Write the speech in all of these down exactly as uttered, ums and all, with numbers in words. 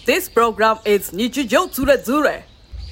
This program is 日常ズレズレ。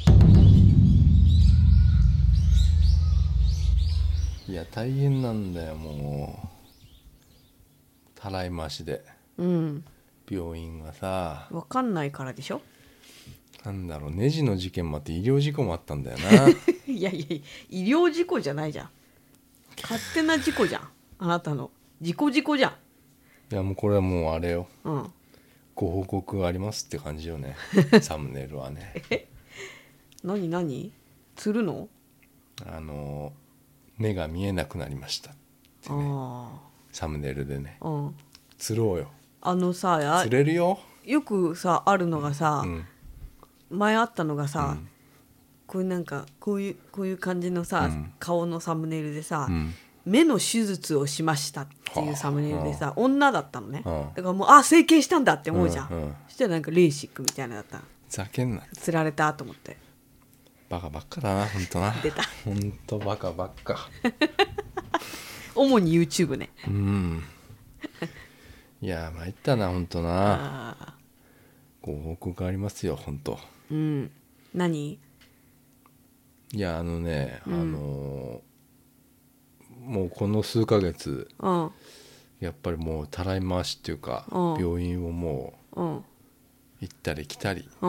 いや大変なんだよもうたらい回しで、 うん、 病院がさ分かんないからでしょ。 なんだろうネジの事件もあって医療事故もあったんだよないやいや医療事故じゃないじゃん、勝手な事故じゃん、あなたの事故事故じゃん。 いやもうこれはもうあれよ、 うん、 ご報告がありますって感じよねサムネイルはねえ何何つるのあの目が見えなくなりましたってね、 あサムネイルでね、 うん、 釣ろうよ。 あのさ釣れるよ。 よくさあるのがさ、 うん、 前あったのがさ、 うん、 こういうなんかこういうこういう感じのさ、 うん、 顔のサムネイルでさ、 うん、 目の手術をしましたっていうサムネイルでさ、 は女だったのね、 はあだからもうあ整形したんだって思うじゃん、 うんうん、 そしたらなんかレーシックみたいなのだったの。 ふざけんな。 釣られたと思ってバカばっかだなほんとな。 出たほんとバカばっか主に YouTube ね。 うんいや参ったなほんとな。 あご報告ありますよほんと。 うん何。 いやあのね、うん、あのもうこの数ヶ月、 うん、 やっぱりもうたらい回しっていうか、うん、病院をもう、うん、行ったり来たり、うん、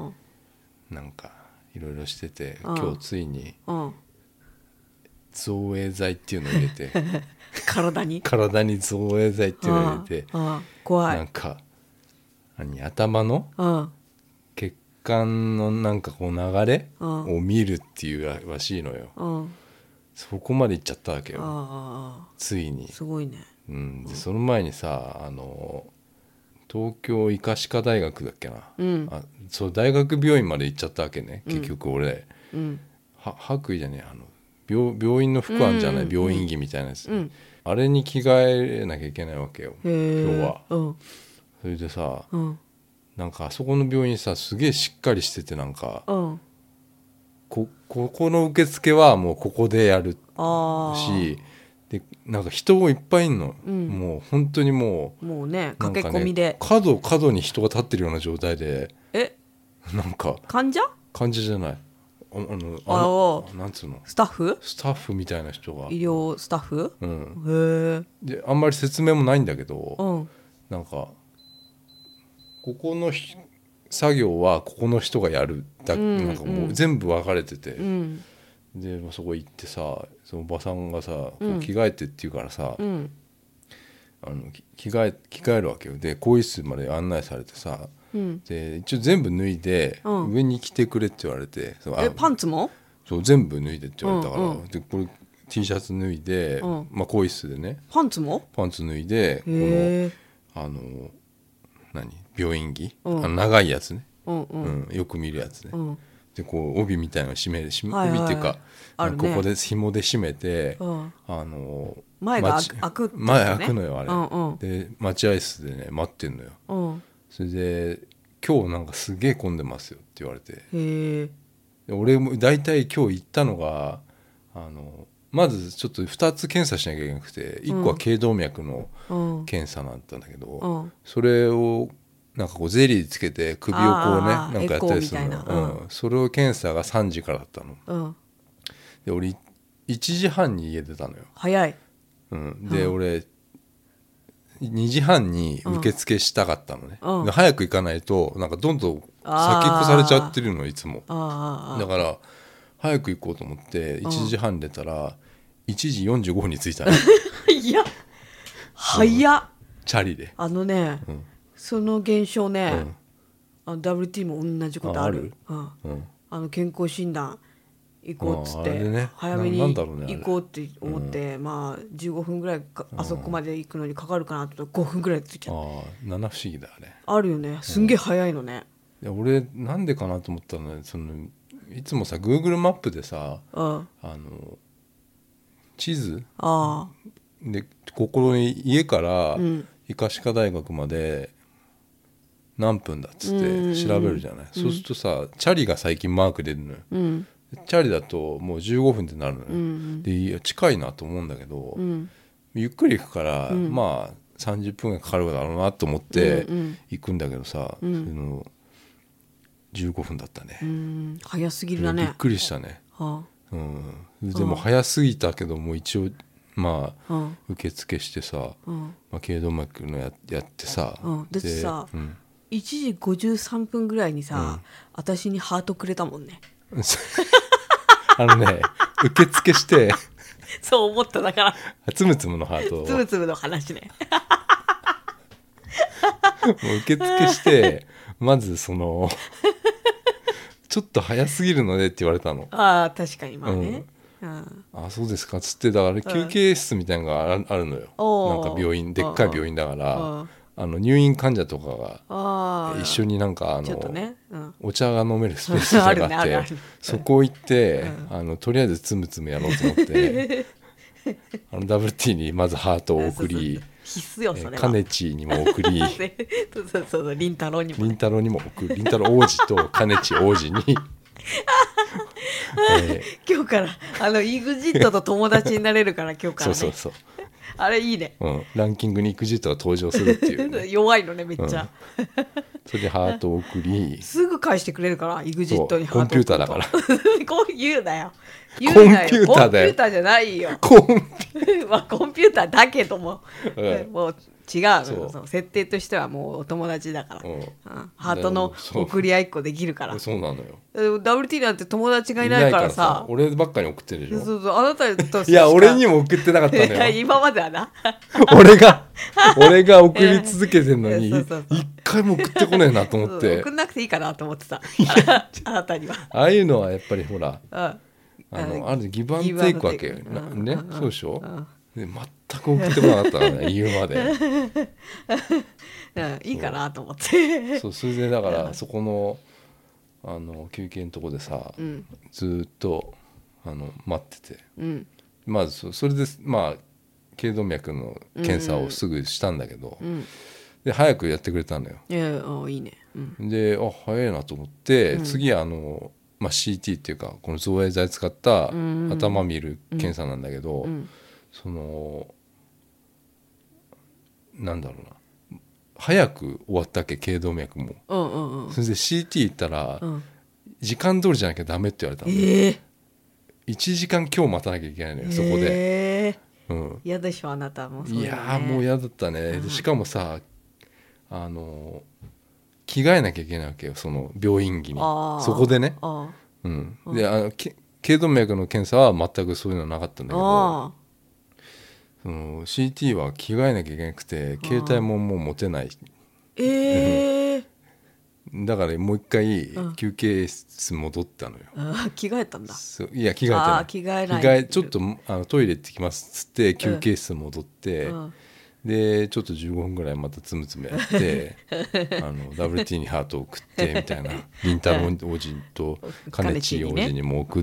なんかいろいろしてて、うん、今日ついに、うん、造影剤っていうのを入れて体に体に造影剤っていうのを入れて、 うんうん、怖い。 なんか何頭の、うん、血管のなんかこう流れを見るっていうらしいのよ、うん、そこまで行っちゃったわけよ、あついに。 すごいね、 うん、でその前にさあの東京医科歯科大学だっけな、うん、あそう大学病院まで行っちゃったわけね、うん、結局俺、うん、は白衣じゃねえあの 病, 病院の服あんじゃない、うん、病院着みたいなやつ、うん、あれに着替えなきゃいけないわけよ今日は、うん、それでさ、うん、なんかあそこの病院さすげえしっかりしててなんか、うん、こ, ここの受付はもうここでやるしでなんか人もいっぱいいんの、うん、もう本当にもうもうね駆け込みで、ね、 角角に人が立ってるような状態でえなんか患者患者じゃないあのあのなんつうのスタッフスタッフみたいな人が医療スタッフ、 うん、へえであんまり説明もないんだけど、うん、なんかここの作業はここの人がやるだ、うん、なんかもう全部分かれてて、うん、でそこ行ってさそのおばさんがさ、うん、着替えてって言うからさ、うん、あの着替え着替えるわけよ。で更衣室まで案内されてさ、うん、で一応全部脱いで、うん、上に着てくれって言われて、 えパンツもそう全部脱いでって言われたから、うんうん、でこれ T シャツ脱いで、うんまあ、更衣室でねパンツもパンツ脱いでこのあの何病院着、うん、あの長いやつね、うんうんうん、よく見るやつね、うん、でこう帯みたいなの締める締め、はいはいはい、帯っていうか、ね、ここで紐で締めて、うん、あの前が開くって、ね、 前開くのよあれ、 うんうん、 で待合室でね待ってんのよ、うん、それで今日なんかすげえ混んでますよって言われて、へで俺も大体今日行ったのがあのまずちょっとふたつ検査しなきゃいけなくていっこは頸動脈の検査だったんだけど、うん、それをなんかこうゼリーつけて首をこうねなんかやったりするの、うん、それを検査がさんじからだったの、うん、で俺いちじはんに家出たのよ早い、 うん、で、うん、俺にじはんに受付したかったのね、うん、で早く行かないとなんかどんどん先越されちゃってるのいつもだから早く行こうと思っていちじはん出たらいちじよんじゅうごふんに着いたのいや早っ、うん、 チャリであのね、うん、その現象ね、うん、あの ダブリューティー も同じことある、あ、ある、うん、あの健康診断行こうっつって、ね、早めに行こうって思って、ね、まあじゅうごふんぐらいかあそこまで行くのにかかるかなとごふんぐらいついちゃって、 あ七不思議だあれあるよね、すんげえ早いのね、 うん、いや俺なんでかなと思ったのね、そのいつもさ Google マップでさ、うん、あの地図あでここに家から医科歯科大学まで何分だっつって調べるじゃない、うん、そうするとさチャリが最近マーク出るのよ、うん、チャリだともうじゅうごふんってなるのよ、うん、でいや近いなと思うんだけど、うん、ゆっくり行くから、うん、まあさんじゅっぷんがかかるだろうなと思って行くんだけどさ、うん、そのじゅうごふんだったね。 うん、早すぎるだね。 びっくりしたね、 はあ、 うん、でも早すぎたけども一応まあ、 うん、 受付してさ、 うんまあ、頸動脈の や, やってさ、 うん、だってさ、 うん、 いちじごじゅうさんぷんぐらいにさ、 うん、 私にハートくれたもんね。 あのね受付してそう思っただからつむつむのハートつむつむの話ねもう受付してまずそのちょっと早すぎるのでって言われたの。 ああ確かにまあね、 うん、あそうですかっつってだから休憩室みたいなのがある、あるのよ。なんか病院でっかい病院だからあの入院患者とかが一緒になんかあの、ねうん、お茶が飲めるスペースがあってある、ね、そこ行って、うん、あのとりあえずつむつむやろうと思ってあの ダブリューティー にまずハートを送り必須よそれはカネチにも送りそうそうそうリンタロウにも、ね、 リンタロウにも送るリンタロウ王子とカネチ王子にえー、今日からあの イグジット と友達になれるから今日からねそうそうそうあれいいね、 うん、ランキングに イグジット が登場するっていう、ね、 弱いのねめっちゃ、 うん、それでハートを送りすぐ返してくれるから イグジット にハートを送るコンピューターだからこう言うなよ言うなよコンピューターだよコンピューターじゃないよコンピュまあコンピューターだけども、 うん、 もう違うそうそう設定としてはもうお友達だから、うんうん、ハートの送り合いっこできるからそうなのよ。 ダブリューティー なんて友達がいないからさ、いないからさ俺ばっかり送ってるでしょ。 そうそうあなたといや俺にも送ってなかったのよ今まではな俺が俺が送り続けてるのに一回も送ってこねえなと思って送んなくていいかなと思ってたあなたにはああいうのはやっぱりほら、 うん、 あのあるギブアンドテイクわけ、うん、ね、うん、そうでしょ、うん、で全く送ってこなかったからね言うまで、 うん、いいかなと思ってそうそれでだからそこのあの休憩のとこでさ、うん、ずっとあの待ってて、うん、まあ そ, それでまあ頸動脈の検査をすぐしたんだけど、うん、で早くやってくれたのよ。 いやあいいね、 うん、であ早いなと思って、うん、次あのまあ、シーティー っていうかこの造影剤使った頭見る検査なんだけど、うんうん、そのなんだろうな早く終わったっけ頸動脈も、うんうんうん、それで シーティー 行ったら、うん、時間通りじゃなきゃダメって言われたの、えー、いちじかん今日待たなきゃいけないのよ、えー、そこで、うん、 嫌でしょあなたもそう、ね、 いやもう嫌だったね、うん、しかもさあの着替えなきゃいけないわけよその病院着にそこでね、うん、であの頸動脈の検査は全くそういうのなかったんだけどその シーティー は着替えなきゃいけなくて携帯ももう持てない、 えー、 だからもう一回休憩室戻ったのよ、 うん、着替えたんだいや着替えてない着替えない着替えちょっとあのトイレ行ってきますっつって休憩室戻って、うんうんでちょっとじゅうごふんぐらいまたつむつむやってあの ダブリューティー にハートを送ってみたいなりんたろう王子とかねち王子にも送って、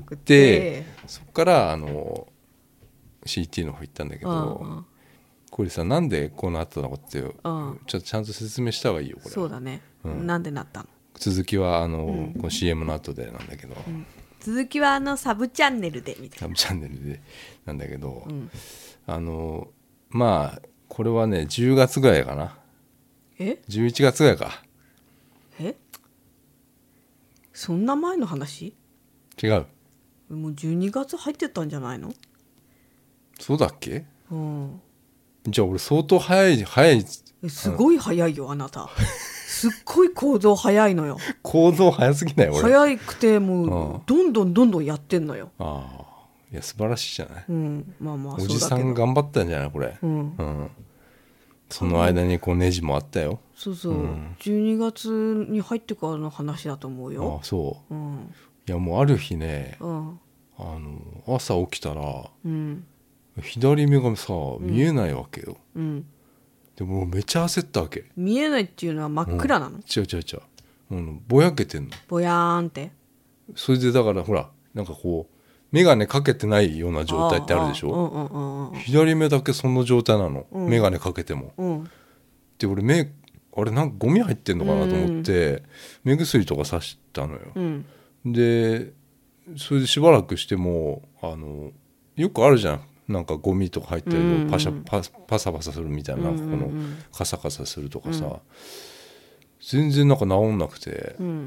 ね、そこからあの シーティー の方行ったんだけど、うん、これさなんでこうなったのかって、うん、ちょっとちゃんと説明した方がいいよこれ。 そうだね、うん、なんでなったの。 続きはあの、うん、この シーエム の後でなんだけど、うん、 続きはあのサブチャンネルでみたいなサブチャンネルでなんだけど、うん、あのまあこれはねじゅうがつぐらいかな。 えじゅういちがつぐらいか。 えそんな前の話。 違うもうじゅうにがつ入ってたんじゃないの。 そうだっけ、 うん、 じゃあ俺相当早い早いすごい早いよあなたすっごい行動早いのよ行動早すぎない俺早くてもうどんどんどんどんやってんのよ。 ああいや素晴らしいじゃない、 うんまあまあ、 おじさん頑張ったんじゃないこれ、うんうん、その間にこうネジもあったよ。 そうそう、うん、じゅうにがつに入ってからの話だと思うよ。 ああそう、うん、いやもうある日ね、うん、あの朝起きたら、うん、左目がさ見えないわけよ、うん、でもめっちゃ焦ったわけ。 見えないっていうのは真っ暗なの、うん、 違う違う違う、うん、ぼやけてんのぼやーんって。 それでだからほらなんかこう眼鏡かけてないような状態ってあるでしょ、うんうんうんうん、左目だけその状態なの、うん、眼鏡かけても、うん、で俺目あれなんかゴミ入ってんのかなと思って、うん、目薬とかさしたのよ、うん、でそれでしばらくしてもあのよくあるじゃんなんかゴミとか入ってるとパシャ、うんうん、パ, パサパサするみたいな、うんうんうん、このカサカサするとかさ、うん、全然なんか治んなくて、うん、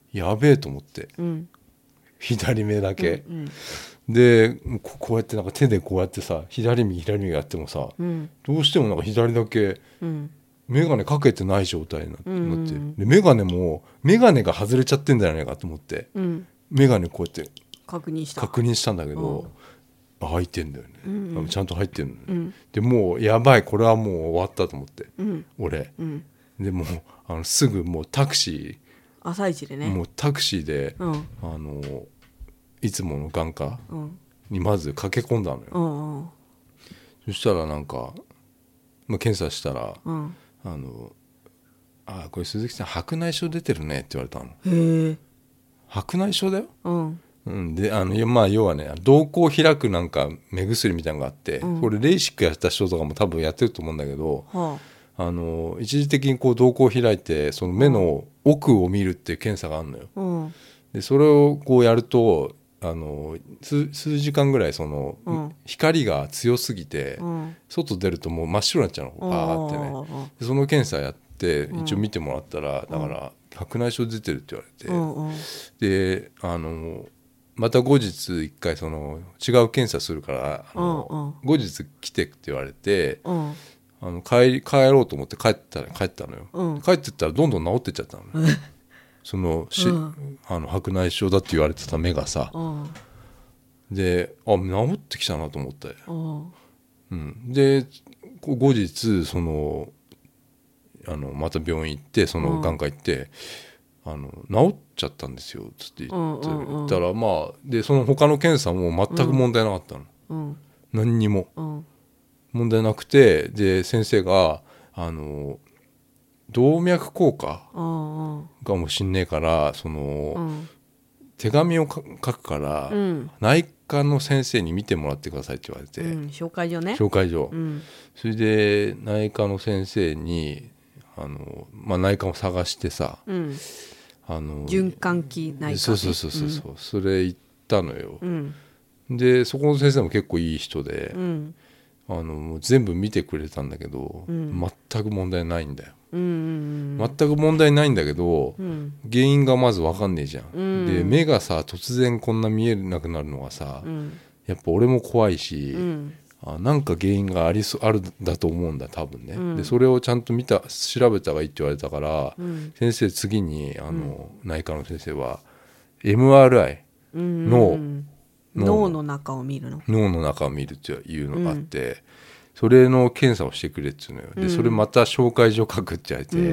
やべえと思って、うん、左目だけ、うんうん、でこうやってなんか手でこうやってさ左右左右やってもさ、うん、どうしてもなんか左だけ眼鏡かけてない状態になって、うん、で眼鏡も眼鏡が外れちゃってんじゃないかと思って、うん、眼鏡こうやって確認した確認したんだけど、入ってんだよね、うんうん、ちゃんと入ってんの、ね、うん、でもうやばいこれはもう終わったと思って、うん、俺、うん、でもうあのすぐもうタクシー朝一でねもうタクシーで、うん、あのいつもの眼科にまず駆け込んだのよ、うんうん、そしたらなんか、まあ、検査したら、うん、あのあこれ鈴木さん白内障出てるねって言われたの。へえ。白内障だよ、うんうん、であの、まあ、要はね瞳孔開くなんか目薬みたいなのがあって、うん、これレーシックやった人とかも多分やってると思うんだけど、はあ、あの一時的にこう瞳孔開いてその目の奥を見るっていう検査があるのよ、うん、でそれをこうやるとあの 数, 数時間ぐらいその、うん、光が強すぎて、うん、外出るともう真っ白になっちゃうのバーってね、でその検査やって一応見てもらったら、うん、だから白内障出てるって言われて、うん、であのまた後日一回その違う検査するからあの、うんうん、後日来てって言われて、うん、あの 帰, 帰ろうと思って帰ったら帰ったのよ、うん、帰ってったらどんどん治ってっちゃったのね、そのし、うん、あの白内障だって言われてた目がさ、うん、であ治ってきたなと思って、うんうん、で後日そのあのまた病院行ってその眼科行って、うん、あの治っちゃったんですよつって言って、うんうんうん、だからまあでその他の検査も全く問題なかったの、うん、何にも、うん、問題なくてで先生があの動脈硬化かもしんねえからその、うん、手紙を書くから、うん、内科の先生に見てもらってくださいって言われて、うん、 紹介状ね紹介状、うん、それで内科の先生にあの、まあ、内科を探してさ、うん、 あの循環器内科、ね、 そうそうそうそう、うん、それ行ったのよ、うん、でそこの先生も結構いい人で、うん、あのもう全部見てくれたんだけど、うん、全く問題ないんだよ、うんうんうん、全く問題ないんだけど、うん、原因がまず分かんねえじゃん、うん、で目がさ突然こんな見えなくなるのがさ、うん、やっぱ俺も怖いし、うん、あなんか原因がありそあるんだと思うんだ多分ね、うん、でそれをちゃんと見た調べた方がいいって言われたから、うん、先生次にあの、うん、内科の先生は エムアールアイ、うん、脳脳の中を見るの脳の中を見るっていうのがあって、うん、それの検査をしてくれっていうのよ、うん、でそれまた紹介状書くって言われて、うん、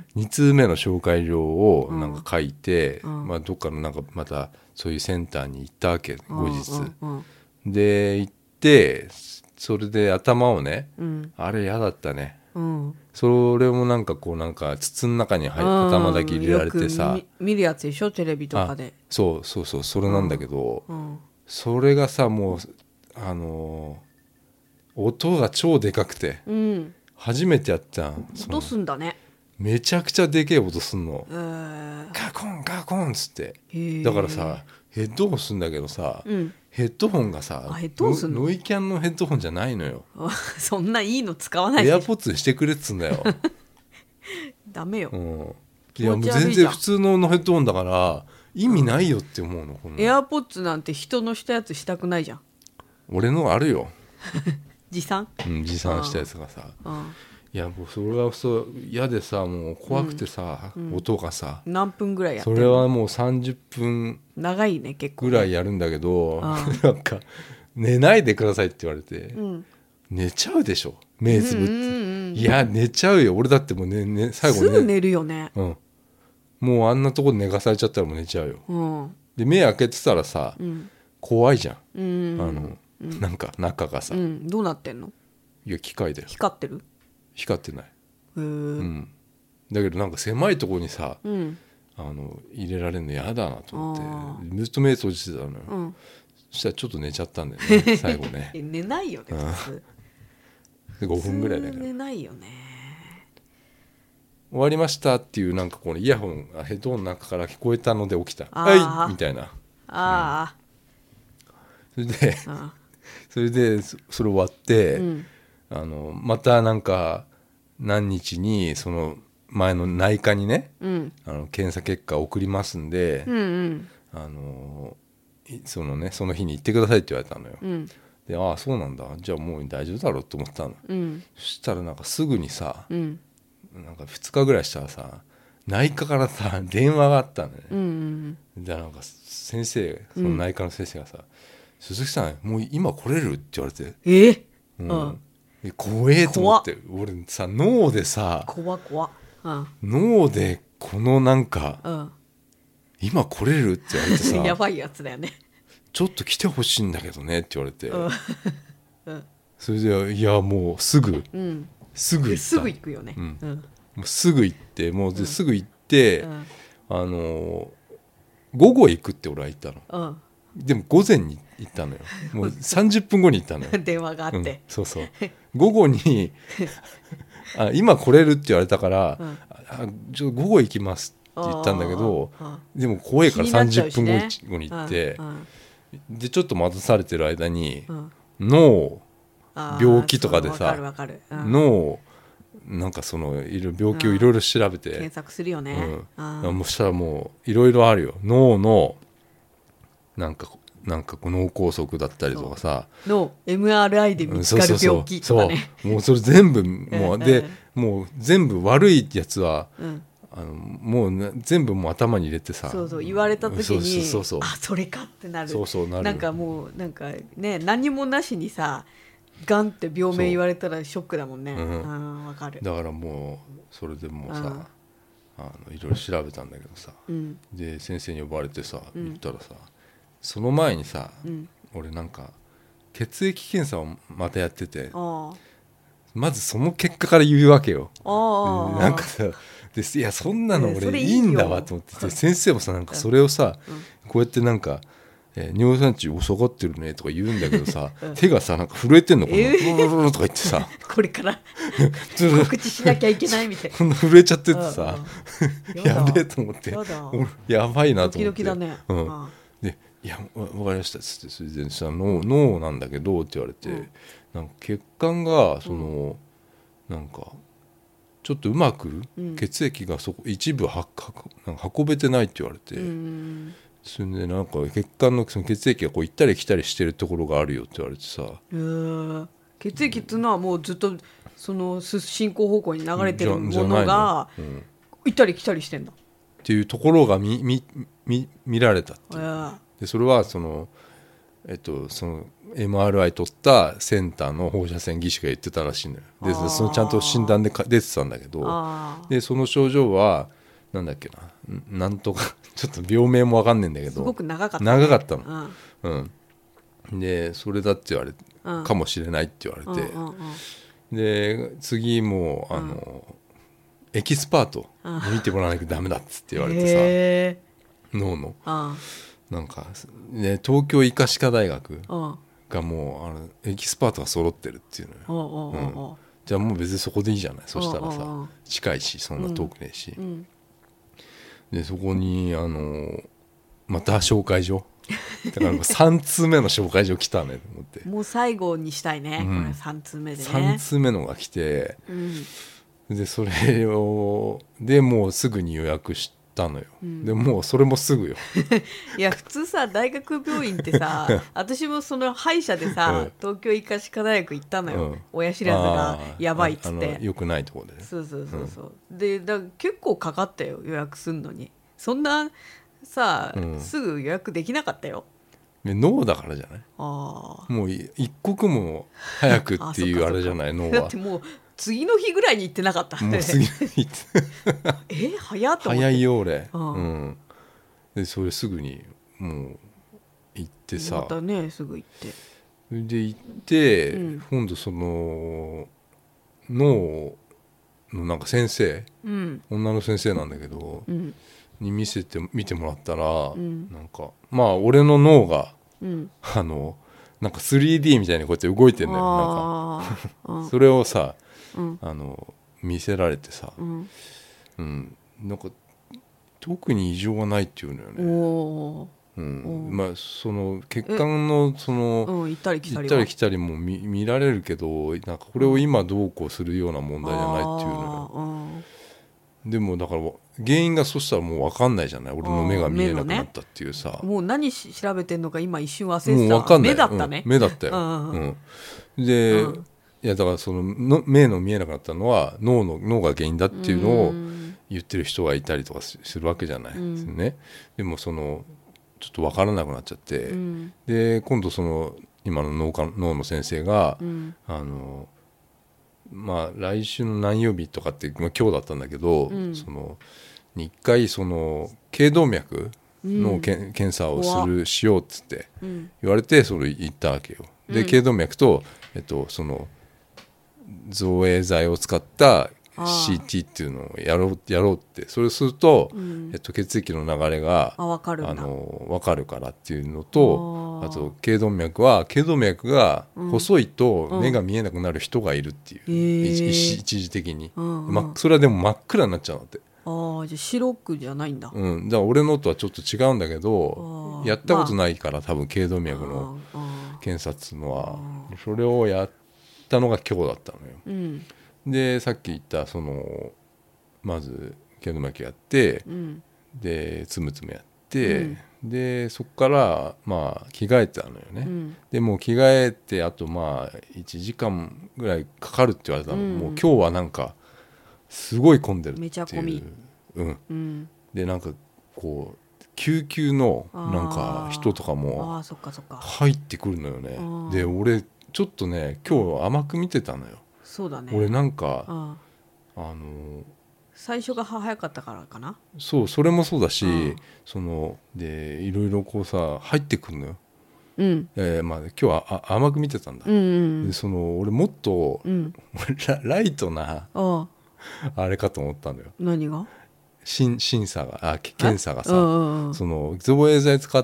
に通目の紹介状をなんか書いて、うんまあ、どっかのなんかまたそういうセンターに行ったわけ後日、うんうん、で行ってそれで頭をね、うん、あれ嫌だったね、うん、それもなんかこうなんか筒の中に入頭だけ入れられてさ、 よく 見, 見るやつでしょテレビとかで、 そうそうそうそれなんだけど、うんそれがさもうあのー、音が超でかくて、うん、初めてやったん音すんだねめちゃくちゃでけえ音すんの、えー、ガコンガコンっつってだからさヘッドホンすんだけどさ、うん、ヘッドホンがさヘッドホンすんのノイキャンのヘッドホンじゃないのよそんないいの使わないエアポッツにしてくれっつんだよダメよ、うん、 いやもう全然普通のヘッドホンだから意味ないよって思うの、こんなエアポッツなんて人のしたやつしたくないじゃん俺のあるよ持参うん持参したやつがさいやもうそれはそう嫌でさもう怖くてさ、うん、音がさ何分ぐらいやってるのそれはもうさんじゅっぷん長いね結構ぐらいやるんだけど、ね、なんか寝ないでくださいって言われて、うん、寝ちゃうでしょ目つぶって、うんうんうん、いや寝ちゃうよ俺だってもう、ねね、最後、ね、 すぐ寝るよね、 うんもうあんなとこで寝かされちゃったらもう寝ちゃうよ、うん、で目開けてたらさ、うん、怖いじゃん、うん、あの、うん、なんか中がさ、 うん、どうなってんのいや機械だよ光ってる光ってないへえ、うん、だけどなんか狭いとこにさ、うん、あの入れられるの嫌だなと思ってずっと目閉じてたのよ、うん、そしたらちょっと寝ちゃったんだよね最後ね寝ないよね普通ごふんぐらいだから寝ないよね終わりましたっていうなんかこのイヤホンがヘッドホンの中から聞こえたので起きたはいみたいなあ、うん、それでそれでそれ終わって、うん、あのまたなんか何日にその前の内科にね、 うん、 あの検査結果送りますんで、 うんうん、 あのそのねその日に行ってくださいって言われたのよ、 うん、 でああそうなんだじゃあもう大丈夫だろうと思ったの、 うん、 そしたらなんかすぐにさ、 うん、 なんかふつかぐらいしたらさ内科からさ電話があったのね、 うん、 でなんか先生その内科の先生がさ、うん、鈴木さんもう今来れるって言われて、 えうん、え怖えと思って、俺さ脳でさ怖怖、うん、 脳でこのなんか、 うん、 今来れるって言われてさやばいやつだよね、 ちょっと来てほしいんだけどねって言われて、 うんうん、 それでいやもうすぐ、うん、すぐ行ったすぐ行くよね、 うんうん、もうすぐ行ってもうですぐ行って、うん、あのー、午後行くって俺は言ったの、うん、でも午前に行ったのよもうさんじゅっぷんごに行ったのよ電話があって、うん、 そうそう午後にあ今来れるって言われたから、うん、あちょっと午後行きますって言ったんだけどでも怖いからさんじゅっぷんごに行って、でちょっと待たされてる間に、うん、脳病気とかでさ、うん、脳なんかそのいろ病気をいろいろ調べて、うん、 検索するよね、 うん、もうしたらもういろいろあるよ脳のなんかなんか脳梗塞だったりとかさ脳 エムアールアイ で見つかる病気とかね、 そうそうそうそうもうそれ全部もうでもう全部悪いやつは、うんあのもう全部もう頭に入れてさそうそう言われた時にそうそうそうあそれかってなるそうそうなるなんかもうなんかね何もなしにさガンって病名言われたらショックだもんね、うん、あ分かるだからもうそれでもうさ、うん、あのいろいろ調べたんだけどさ、うん、で先生に呼ばれてさ言ったらさ、うん、その前にさ、うん、俺なんか血液検査をまたやっててまずその結果から言うわけよなんかさでいやそんなの俺いいんだわと思ってて先生もさなんかそれをさ、うん、こうやってなんか、えー、尿酸値下がってるねとか言うんだけどさ、うん、手がさなんか震えてんのこの、えー、とか言ってさこれから告知しなきゃいけないみたいな震えちゃっててさやべえと思ってや, やばいなと思ってドキドキだね、 うん、でいやわかりましたっつってそれでさ脳脳なんだけどって言われて、うん、なんか血管がその、うん、なんかちょっとうまく血液がそこ一部はなんか運べてないって言われて、うん、それでなんか血管 の, その血液がこう行ったり来たりしてるところがあるよって言われてさ、 えー、血液っていうのはもうずっとその進行方向に流れてるものが行ったり来たりしてんだっていうところが 見, 見, 見, 見られたっていう、えー、でそれはそのえっとそのエムアールアイ 取ったセンターの放射線技師が言ってたらしいのよでそのちゃんと診断で出てたんだけどでその症状はなんだっけななんとかちょっと病名も分かんないんだけどすごく長かった、 ね、長かったの、うんうん、でそれだって言われて、うん、かもしれないって言われて、うんうんうん、で次もあの、うん、エキスパート見てもらわなきゃダメだっつって言われてさ脳のなんか、ね、東京医科歯科大学がもうあのエキスパートが揃ってるっていうのよ、うん、じゃあもう別にそこでいいじゃないそしたらさ近いしそんな遠くねえし、うん、でそこにあのまた紹介状だからさん通目の紹介状来たねと思ってもう最後にしたいね、うん、これさん通目でねさん通目のが来て、うん、でそれをでもうすぐに予約してたのよ、うん、でもうそれもすぐよいや普通さ大学病院ってさ私もその歯医者でさ、うん、東京医科歯科大学行ったのよ、うん、親知らずがやばいっつってよくないところで、ね、 そうそうそうそう、うん、でだ結構かかったよ予約すんのにそんなさ、うん、すぐ予約できなかったよ脳だからじゃないあもう一刻も早くっていうあれじゃない脳はだってもう次の日ぐらいに行ってなかったもう次の日え早っと思って早いよ俺、うん、でそれすぐにもう行ってさまたねすぐ行ってで行って、うん、今度その脳のなんか先生、うん、女の先生なんだけど、うん、に見せて見てもらったら、うん、なんかまあ俺の脳が、うん、あのなんか スリーディー みたいにこうやって動いてんだよなんかそれをさうん、あの見せられてさ、うんうん、なんか特に異常はないっていうのよね。おうん、まあその血管のその、 うん、行ったり来たり行ったり来たりも 見, 見られるけどなんかこれを今どうこうするような問題じゃないっていうのよ、 でもだから原因がそしたらもう分かんないじゃない、俺の目が見えなくなったっていうさ、 ね、もう何調べてんのか今一瞬忘れてた。 もう分かんない、 目だったね、 うん、目だったよ、うんうん、で、うん、いやだからそのの目の見えなくなったのは脳の脳が原因だっていうのを言ってる人がいたりとかするわけじゃないですね、うん、でもそのちょっと分からなくなっちゃって、うん、で今度その今の 脳, 科脳の先生が、うん、あのまあ来週の何曜日とかって、まあ、今日だったんだけど、うん、そのにいっかいその頸動脈のけ、うん、検査をするしようっつって言われてそれ行ったわけよ。で、うん、頸動脈と、えっと、その造影剤を使った シーティー っていうのをやろう、やろうってそれをすると、うん、えっと、血液の流れがあ分かるんだ、 あの分かるからっていうのと、 あ, あと頸動脈は頸動脈が細いと目が見えなくなる人がいるっていう、うん、一, 一時的に、うんうん、ま、それはでも真っ暗になっちゃうのって。 ああ、じゃあ白くじゃないんだ。 うん、だから俺のとはちょっと違うんだけど、やったことないから、まあ、多分頸動脈の検査っていうのはそれをやったのが今日だったのよ、うん、でさっき言ったそのまず頸動脈やって、うん、でつむつむやって、うん、でそこからまあ着替えてたのよね、うん、でもう着替えてあとまあいちじかんぐらいかかるって言われたの、うん、もう今日はなんかすごい混んでるっていう、 めちゃ混み、 うんうん、でなんかこう救急のなんか人とかも入ってくるのよね。で俺ちょっとね今日甘く見てたのよ。 そうだね。 俺なんかあの最初が早かったからかな。 そうそれもそうだし、そのでいろいろこうさ入ってくるのよ。うんえーまあ、今日はあ甘く見てたんだ、うんうん、でその俺もっと、うん、ラ, ライトなあれかと思ったのよ。 何が審査があ検査がさ、うんうん、その造影剤使って、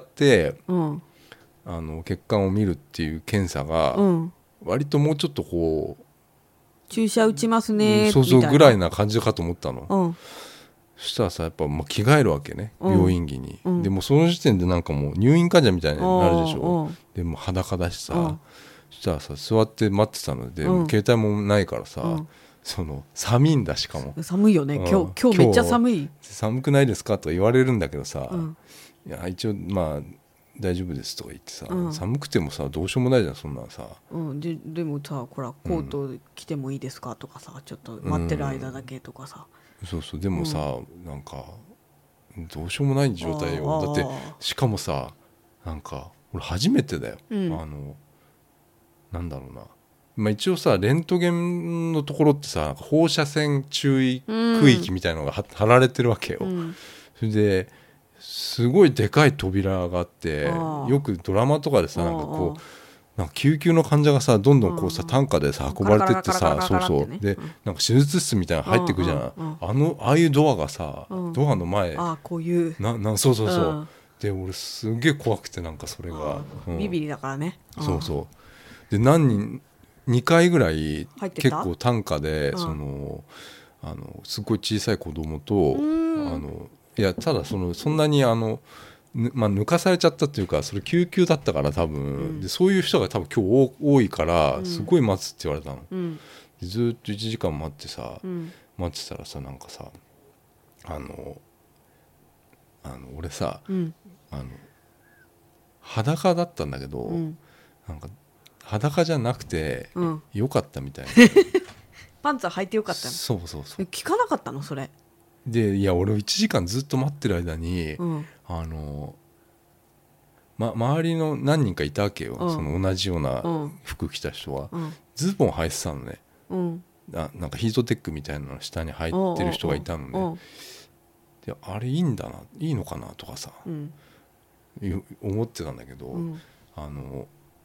うん、あの血管を見るっていう検査が、うん、割ともうちょっとこう注射打ちますね想像ぐらいな感じかと思ったの、うん、そしたらさやっぱまあ着替えるわけね、うん、病院着に、うん、でもその時点でなんかもう入院患者みたいになるでしょ、うん、でも裸だしさ、うん、そしたらさ座って待ってたので、うん、携帯もないからさ、うんその寒いんだしかも寒いよね、うん、今日今日めっちゃ寒い。 寒くないですかとか言われるんだけどさ、うん、いや一応まあ大丈夫ですとか言ってさ、うん、寒くてもさどうしようもないじゃんそんなんさ、 うん、で, でもさほらコート着てもいいですかとかさちょっと待ってる間だけとかさ、 うん、そうそうでもさ、うん、なんかどうしようもない状態よ。だってしかもさなんか俺初めてだよ、うん、あのなんだろうなまあ、一応さレントゲンのところってさ放射線注意区域みたいなのが貼られてるわけよ、うん、それですごいでかい扉があってよくドラマとかでさなんかこうなんか救急の患者がさどんどんこうさ担架でさ運ばれてってさそうそうでなんか手術室みたいなの入ってくじゃん、あのああいうドアがさドアの前あこういうななそうそうそうで俺すげえ怖くてなんかそれが、 うん、ビビリだからねそうそうで何人にかいぐらい結構担架でそのあのすごい小さい子供とあのいやただそのそんなにあの、まあ、抜かされちゃったっていうかそれ救急だったから多分、うん、でそういう人が多分今日多いからすごい待つって言われたの、うん、でずっといちじかん待ってさ、うん、待ってたらさなんかさあのあの俺さ、うん、あの裸だったんだけど、うん、なんか裸じゃなくてよかったみたいな、うん、 パンツは履いてよかったの。 そうそうそう聞かなかったのそれでいや俺いちじかんずっと待ってる間に、うん、あの、ま、周りの何人かいたわけよ、うん、その同じような服着た人は、うん、ズボン履いてたのね、うん、な, なんかヒートテックみたいなの下に入ってる人がいたのね、うんうん、であれいいんだないいのかなとかさ、うん、思ってたんだけど、うん、あの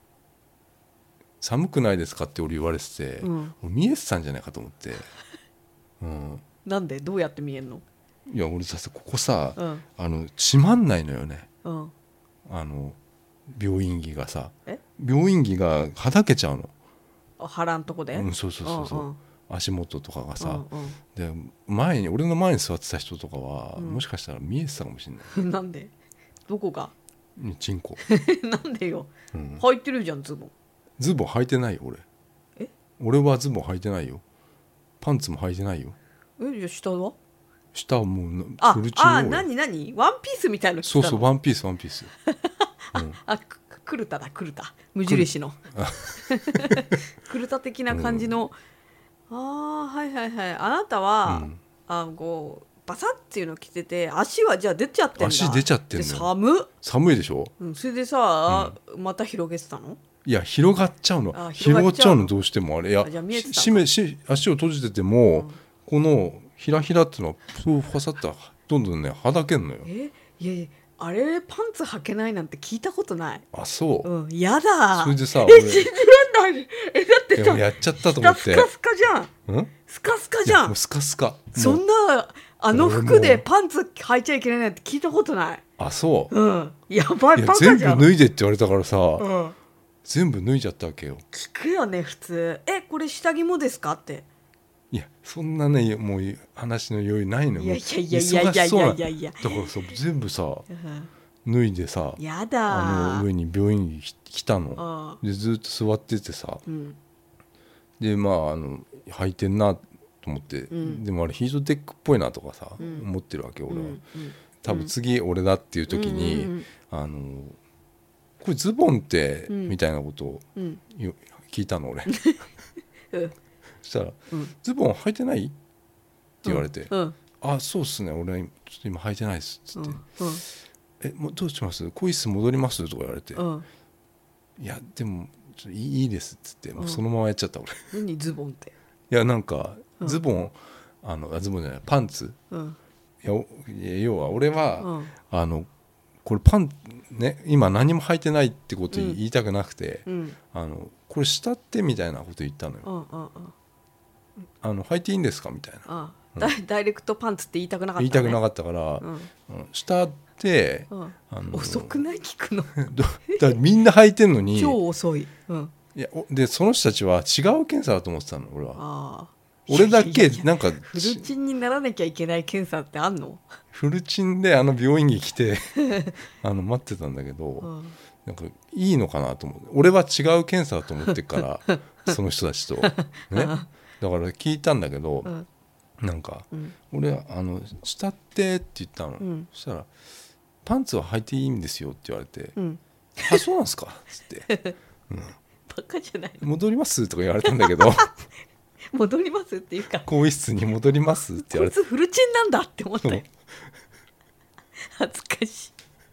寒くないですかって俺言われてて、うん、見えてたんじゃないかと思って、 うん、なんでどうやって見えんの。 いや俺さここさ、うん、あの閉まんないのよね、うん、あの病院着がさ病院着がはだけちゃうの腹んとこで、うん、そうそうそうそう、うんうん、足元とかがさ、うんうん、で前に俺の前に座ってた人とかは、うん、もしかしたら見えてたかもしれないなんでどこがチンコなんでよ、うん、履いてるじゃんズボン。 ズボン履いてないよ俺。え俺はズボン履いてないよ。パンツも履いてないよ。 えじゃあ下は下はもうあフルチンあ何何ワンピースみたいなの着てたの。 そうそうワンピースワンピース、 うん、あクルタだクルタ無印のクルタ的な感じの、うん、ああはいはいはい。あなたは、うん、あこうバサッっていうの着てて足はじゃあ出ちゃってんだ。 足出ちゃってんの。 寒寒いでしょ、 うん、それでさ、うん、また広げてたの。 いや広がっちゃうの。あ広がっちゃうのどうしてもあれ。いやじゃあ見えてたしめし足を閉じてても、うん、このひらひらっていうのはそうファサッとどんどんねはだけんのよ。 えいやいやあれパンツ履けないなんて聞いたことない。 あそう、 うん、やだ。 それでさえ信じらんない。えだってさやっちゃったと思ってスカスカじゃん、うん、スカスカじゃん。 もうスカスカ。 そんなあの服でパンツ履いちゃいけないなんて聞いたことない。 あそう、 うん、やばい。 いや全部脱いでって言われたからさ、 うん、 全部脱いじゃったわけよ。 聞くよね普通。えこれ下着もですかって。 いやそんなねもう話の余裕ないのよ。 いやいやいやいやいやいやいやいやだからさ全部さ、うん、脱いでさやだあの上に病院に来たのでずっと座っててさ、うん、でまああの履いてんなと思って、うん、でもあれヒートテックっぽいなとかさ、うん、思ってるわけ俺は、うんうん、多分次俺だっていう時に、うんうん、あのこれズボンって、うん、みたいなことを、うん、聞いたの俺、うんそしたら、うん、ズボン履いてないって言われて、うん、あそうっすね俺ちょっと今履いてないっすっつって、うんうん、えもうどうします更衣室戻りますとか言われて、うん、いやでもちょっといいですっつって、うん、もうそのままやっちゃった俺。 何ズボンって。 いやなんかズボン、うん、あのズボンじゃないパンツ、うん、いや要は俺は、うん、あのこれパンね今何も履いてないってこと言いたくなくて、うん、あのこれ下ってみたいなこと言ったのよ、うんうんうんあの履いていいんですかみたいな。ああ、うん、ダイレクトパンツって言いたくなかった、ね、 言いたくなかったから、うん、下って、うんあの遅くない聞くのだみんな履いてんのに超遅い、うん、 いやでその人たちは違う検査だと思ってたの俺は。あ俺だけなんかフルチンにならなきゃいけない検査ってあんの。 フルチンであの病院に来てあの待ってたんだけど、うん、なんかいいのかなと思う。俺は違う検査だと思ってからその人たちとねだから聞いたんだけど、うん、なんか、うん、俺はあの下ってって言ったの、うん、そしたらパンツは履いていいんですよって言われて、うん、あそうなんですかっつって、うん、 バカじゃない戻りますとか言われたんだけど戻りますっていうか更衣室に戻りますって言われてこいつフルチンなんだって思って恥ずかしい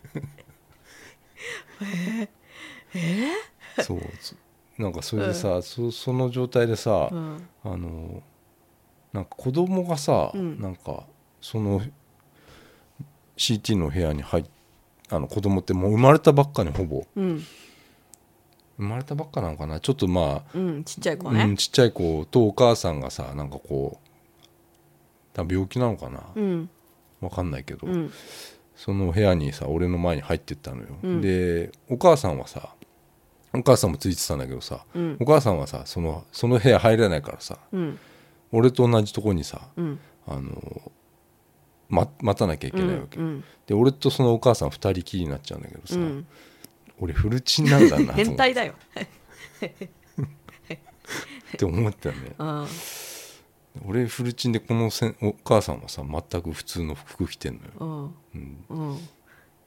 えー、えー、そうなんかそれでさ、うん、そ, その状態でさ、うん、あのなんか子供がさ、うん、なんかその シーティー の部屋に入っあの子供ってもう生まれたばっかにほぼ、うん、生まれたばっかなのかなちょっとまあ、 うん、ちっちゃい子ね、うん、 ちっちゃい子とお母さんがさなんかこう多分病気なのかな、うん、分かんないけど、うん、その部屋にさ俺の前に入ってったのよ、うん、でお母さんはさお母さんもついてたんだけどさ、うん、お母さんはさその、その部屋入れないからさ、うん、俺と同じとこにさ、うん、あのま、待たなきゃいけないわけ、うんうん、で俺とそのお母さんふたりきりになっちゃうんだけどさ、うん、俺フルチンなんだな変態だよって思ったね。あ俺フルチンでこのせんお母さんはさ全く普通の服着てんのよ、うんうん、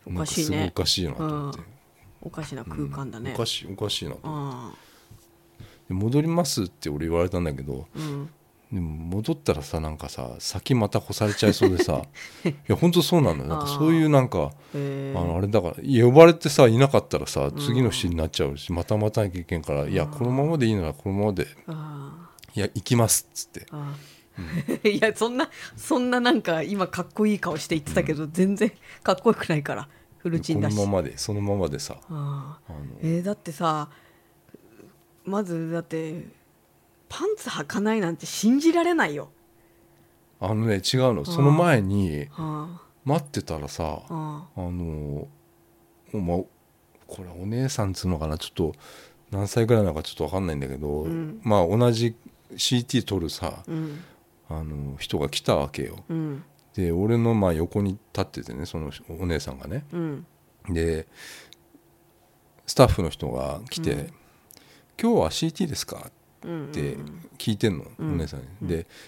おかしいね。なんかすごいおかしいなと思って、 おかしな空間だね、 うん、おかしいおかしいなと思って、で戻りますって俺言われたんだけど、うん、でも戻ったらさなんかさ先また干されちゃいそうでさいや本当そうなんだよ。なんかそういうなんか あ, あのあれだから呼ばれてさいなかったらさ次の日になっちゃうし、うん、また待たなきゃいけんから、いやこのままでいいならこのままでいや行きますっつって、 うん、いやそんなそんななんか今かっこいい顔して言ってたけど、うん、全然かっこよくないからフルチンだしこのままでそのままでさああの、えー、だってさまずだってパンツ履かないなんて信じられないよ。 あのね違うのその前に待ってたらさあのまあこれお姉さんつうのかなちょっと何歳ぐらいなのかちょっと分かんないんだけど、うん、まあ同じ シーティー 撮るさ、うん、あの人が来たわけよ、うん、で俺のまあ横に立っててねそのお姉さんがね、うん、でスタッフの人が来て、うん、今日は シーティー ですかって聞いてんの、うん、お姉さんに、うん、で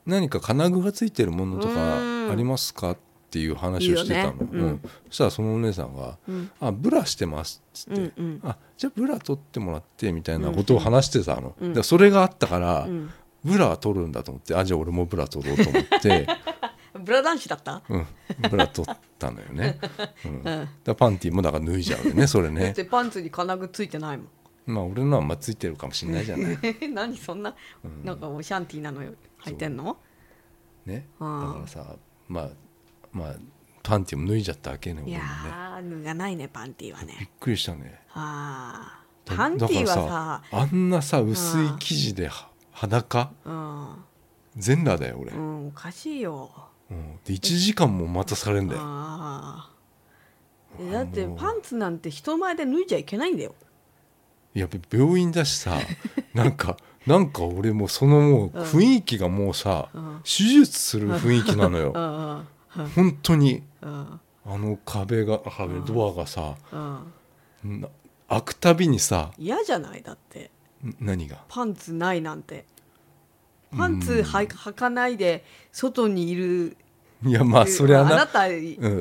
何か金具がついてるものとかありますかっていう話をしてたの。いいよね、うんうん、そしたらそのお姉さんが、うん、あブラしてますっつって、うんうん、あじゃあブラ取ってもらってみたいなことを話してたの、うんうん、だそれがあったから、うん、ブラ取るんだと思って、あじゃあ俺もブラ取ろうと思ってブラ男子だった、 うん、ブラ取ったのよね、うん、だからパンティもだから脱いじゃうよねそれね。 だってパンツに金具ついてないもん。 まあ俺のはまあついてるかもしれないじゃない何そんな、うん、なんかもうシャンティーなのよ履いてんのね。だからさまあまあパンティも脱いじゃったわけね。 いやー、ね、脱がないねパンティーはね。 びっくりしたね。 あパンティーはさあんなさ薄い生地で裸、うん、全裸だよ俺、 うん、おかしいよ、 うん、でいちじかんも待たされるんだよ。 あだってパンツなんて人前で脱いじゃいけないんだよ。 やっぱ病院だしさなんかなんか俺もそのもう雰囲気がもうさ、うん、手術する雰囲気なのよ本当に、うん、あの壁が壁ドアがさ、うん、開くたびにさ嫌じゃない。だって何がパンツないなんてパンツは履かないで外にいる。 いやまあそれはな、 あなた、うん、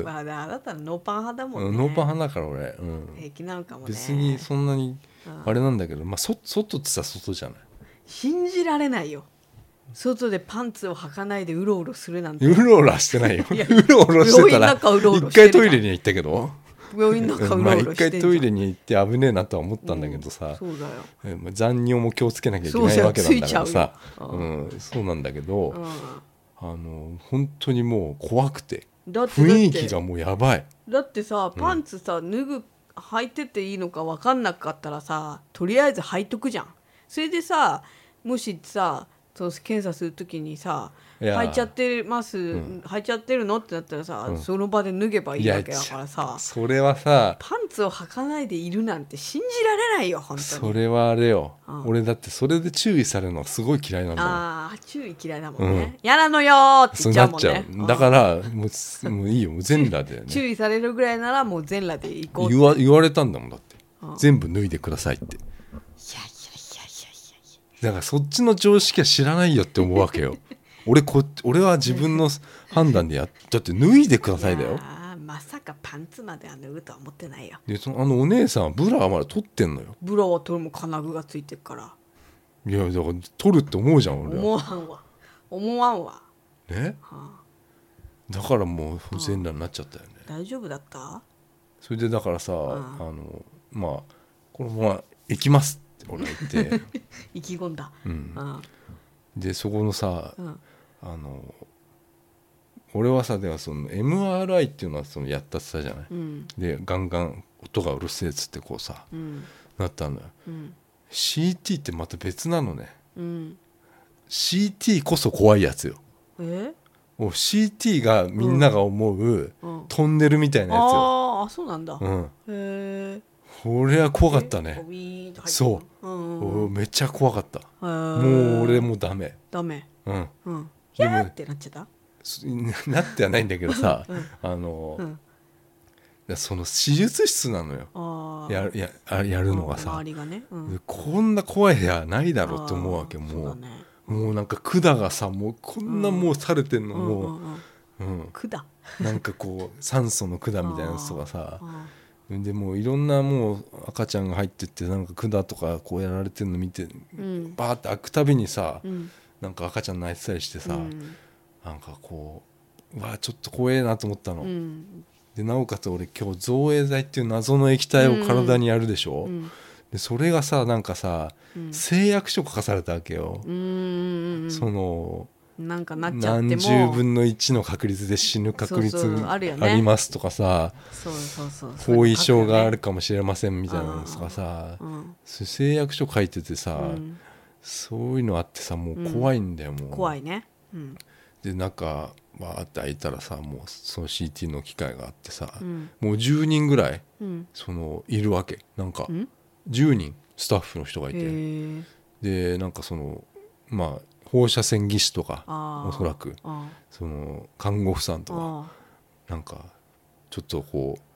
あなたノーパン派だもんね。 ノーパン派だから俺、うん、 平気なのかもね。 別にそんなにあれなんだけど、まあ、そ外ってさ外じゃない。 信じられないよ。外でパンツを履かないでうろうろするなんて。 うろうろしてないようろうろしてたら一回トイレには行ったけど病院の中うろうろしてんじゃん。 まあ一回トイレに行って危ねえなとは思ったんだけどさ、 うん、そうだよ、 残尿も気をつけなきゃいけないわけなんだからさ、うん、そうなんだけど、うん、あの本当にもう怖くて雰囲気がもうやばい。 だってさパンツさ、うん、脱ぐ履いてていいのか分かんなかったらさとりあえず履いとくじゃん。それでさもしさそう検査するときにさ履いちゃってます、うん、履いちゃってるのってなったらさ、うん、その場で脱げばいいわけだからさ。 それはさパンツを履かないでいるなんて信じられないよ本当に。 それはあれよ、うん、俺だってそれで注意されるのすごい嫌いなんだもん。 あ注意嫌いだもんね、うん、やなのよーって言っちゃうもんね。そうなっちゃう。 だからもう、もういいよもう全裸で、ね、 注意されるぐらいならもう全裸で行こうって言わ、言われたんだもんだって、うん、全部脱いでくださいって。いやいやいやいやいやだからそっちの常識は知らないよって思うわけよ俺, こ俺は自分の判断でやっだって脱いでくださいだよ。いやまさかパンツまでは脱ぐとは思ってないよ。 でそのあのお姉さんはブラはまだ取ってんのよ。 ブラは取るも金具がついてるから。 いやだから取るって思うじゃん俺は。 思わんわ思わんわね、はあ、だからもう全裸になっちゃったよね、 はあ、大丈夫だった。 それでだからさ、はあ、あのまあこのまま行きますって俺が言って意気込んだ、うんはあ、 でそこのさ、うん、あの俺はさではその エムアールアイ っていうのはそのやったって言ったじゃない、うん、でガンガン音がうるせえっつってこうさ、うん、なったんだよ、うん、シーティー ってまた別なのね、うん、シーティー こそ怖いやつよ。え シーティー がみんなが思う、うん、トンネルみたいなやつよ。 ああそうなんだ、うん、へえこれは怖かったね。そう、うんうん、めっちゃ怖かった。もう俺もダメダメ、 うんうん、 ヒャーってなっちゃったなってはないんだけどさ、うん、あの、うん、その手術室なのよ や, や, やるのがさ、 がねうん、 こんな怖い部屋ないだろうって思うわけ。もう、ね、もうなんか管がさもうこんなもうされてんの、もう、うんうんうん、 管なんかこう酸素の管みたいなやつとかさでもういろんなもう赤ちゃんが入ってってなんか管とかこうやられてるの見て、うん、バーって開くたびにさ、うん、なんか赤ちゃん泣いてたりしてさ、うん、なんかこううわちょっと怖えなと思ったの、うん、でなおかつ俺今日造影剤っていう謎の液体を体にやるでしょ、うん、でそれがさなんかさ、うん、誓約書書かされたわけよ、うん、そのなんかなっちゃっても何十分のいちの確率で死ぬ確率ありますとかさ、後遺症があるかもしれませんみたいなのとかさ、うん、誓約書書いててさ、うん、そういうのあってさもう怖いんだよ、うん、もう怖いね、うん、 で中バーって開いたらさもうその シーティー の機械があってさ、うん、もうじゅうにんぐらい、うん、そのいるわけ。なんかじゅうにんスタッフの人がいて、でなんかそのまあ放射線技師とかおそらくその看護婦さんとかなんかちょっとこ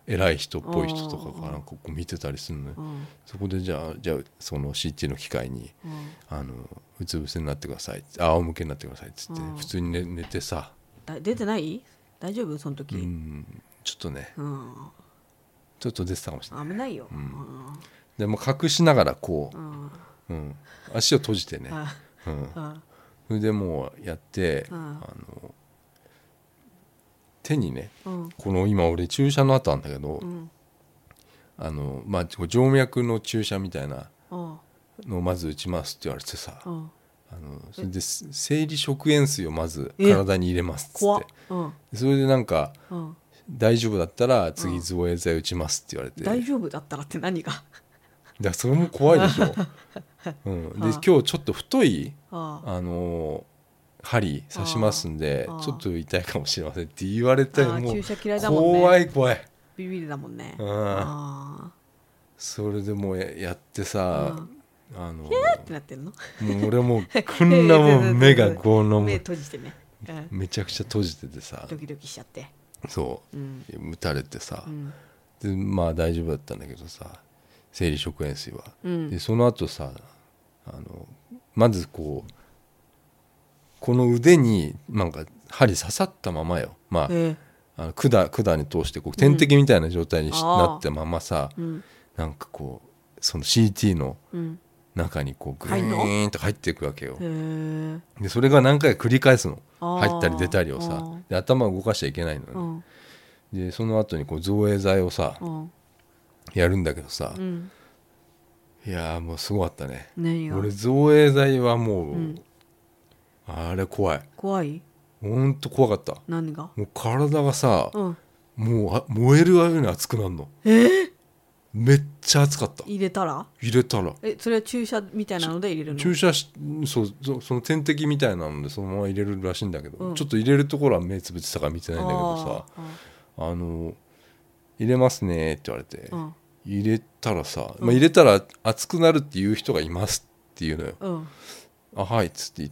偉い人っぽい人とかがなんかこう見てたりするのよ。そこでじゃあじゃあその シーティー の機械にあのうつ伏せになってください、仰向けになってくださいっつって普通に 寝, 寝てさ。 出てない？大丈夫その時？ うんちょっとね、うん、ちょっと出てたかもしれない。 危ないよ、 うん、でも隠しながらこう、うんうん、足を閉じてね、うん、それでもうやって、あの手にね、うん、この今俺注射の跡あんだけど、うん、あのまあ静脈の注射みたいなのをまず打ちますって言われてさ、うん、あのそれで生理食塩水をまず体に入れますっつって、うん、それでなんか、うん、大丈夫だったら次造影剤打ちますって言われて、 大丈夫だったらって何が？ だからそれも怖いでしょ、うん、で今日ちょっと太いあの針刺しますんでちょっと痛いかもしれませんって言われてもう注射嫌いだもんね、 怖い怖いビビりだもんね。 あそれでもう や, やってさあのヒャーってなってんの？ もう俺もうこんなもう目がこの目閉じてね、 うん、めちゃくちゃ閉じててさドキドキしちゃってそう、うん、打たれてさ、うん、でまあ大丈夫だったんだけどさ生理食塩水は、うん、でその後さあのまずこうこの腕になんか針刺さったままよ、まあ、えー、あの管, 管に通してこう点滴みたいな状態に、うん、なったままさ、うん、なんかこうその シーティー の中にこうグイーンと入っていくわけよ、でそれが何回か繰り返すの、入ったり出たりをさ、で頭を動かしちゃいけないのね、でその後にこう造影剤をさやるんだけどさ、うん、いやもうすごかったね。俺造影剤はもう、うん、あれ怖い怖いほんと怖かった。 何が？ もう体がさ、うん、もう燃えるように熱くなるの。 えー、 めっちゃ熱かった。 入れたら入れたらえそれは注射みたいなので入れるの？ 注射し そ, そ, その点滴みたいなのでそのまま入れるらしいんだけど、うん、ちょっと入れるところは目つぶってたから見てないんだけどさ、 あ, あの入れますねって言われて、うん、入れたらさ、まあ、入れたら熱くなるっていう人がいますっていうのよ、うん、あはいっつって言って、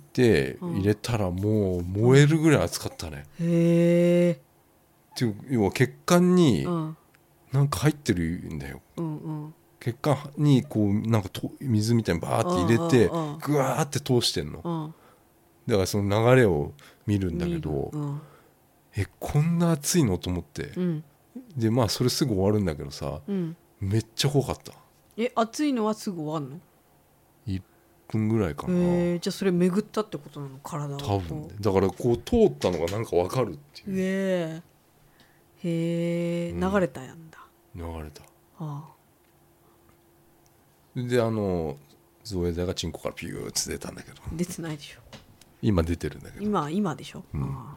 うん、入れたらもう燃えるぐらい熱かったね、 うん、へえ。 要は血管になんか入ってるんだよ、うんうん、血管にこうなんかと水みたいにバーって入れてグワーって通してんの、うん、だからその流れを見るんだけど、うん、えこんな熱いのと思って、うん、でまあそれすぐ終わるんだけどさ、うん、めっちゃ怖かった。 え熱いのはすぐ終わるの？ いっぷんぐらいかな。 えー、じゃあそれ巡ったってことなの体を？ 多分、ね、だからこう通ったのがなんか分かるっていう。 へえへえ、うん、流れたやんだ。 流れた。ああであの造影剤がチンコからピューって出たんだけど出てないでしょ。 今出てるんだけど今今でしょ、うん、あ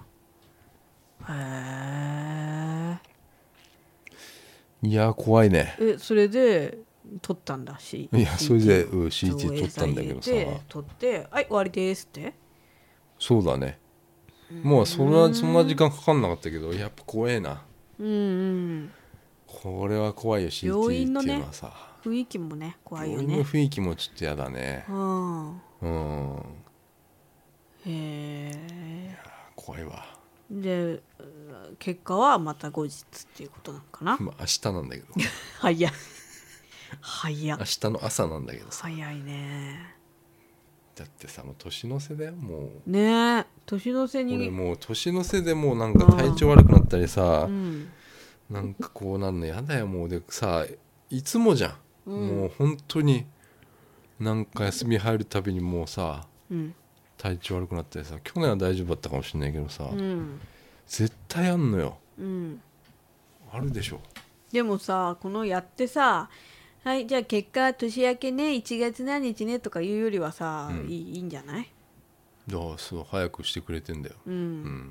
へえ。いや怖いね。 えそれで取ったんだし、 いやそれで、うん、シーティー 取ったんだけどさ取ってはい終わりですって。 そうだね。もうそんなそんな時間かかんなかったけどやっぱ怖えな。うんうんこれは怖いよ シーティー っていうのはさ、 ね、雰囲気もね怖いよね。 病院の雰囲気もちょっとやだね。うんうんへえ。 いや怖いわ。 で結果はまた後日っていうことなのかな。 まあ明日なんだけど早い早い明日の朝なんだけどさ。 早いね。 だってさもう年の瀬だよもうねえ年の瀬に俺もう年の瀬でもうなんか体調悪くなったりさ、うん、なんかこうなんのやだよもう。でさいつもじゃん、うん、もう本当になんか休み入るたびにもうさ、うん、体調悪くなったりさ去年は大丈夫だったかもしれないけどさ、うん、絶対あんのよ、うん、あるでしょ。 でもさこのやってさはいじゃあ結果年明けねいちがつ何日ねとかいうよりはさ、うん、い, いいいんじゃない？ だからそう早くしてくれてんだよ、うんうん、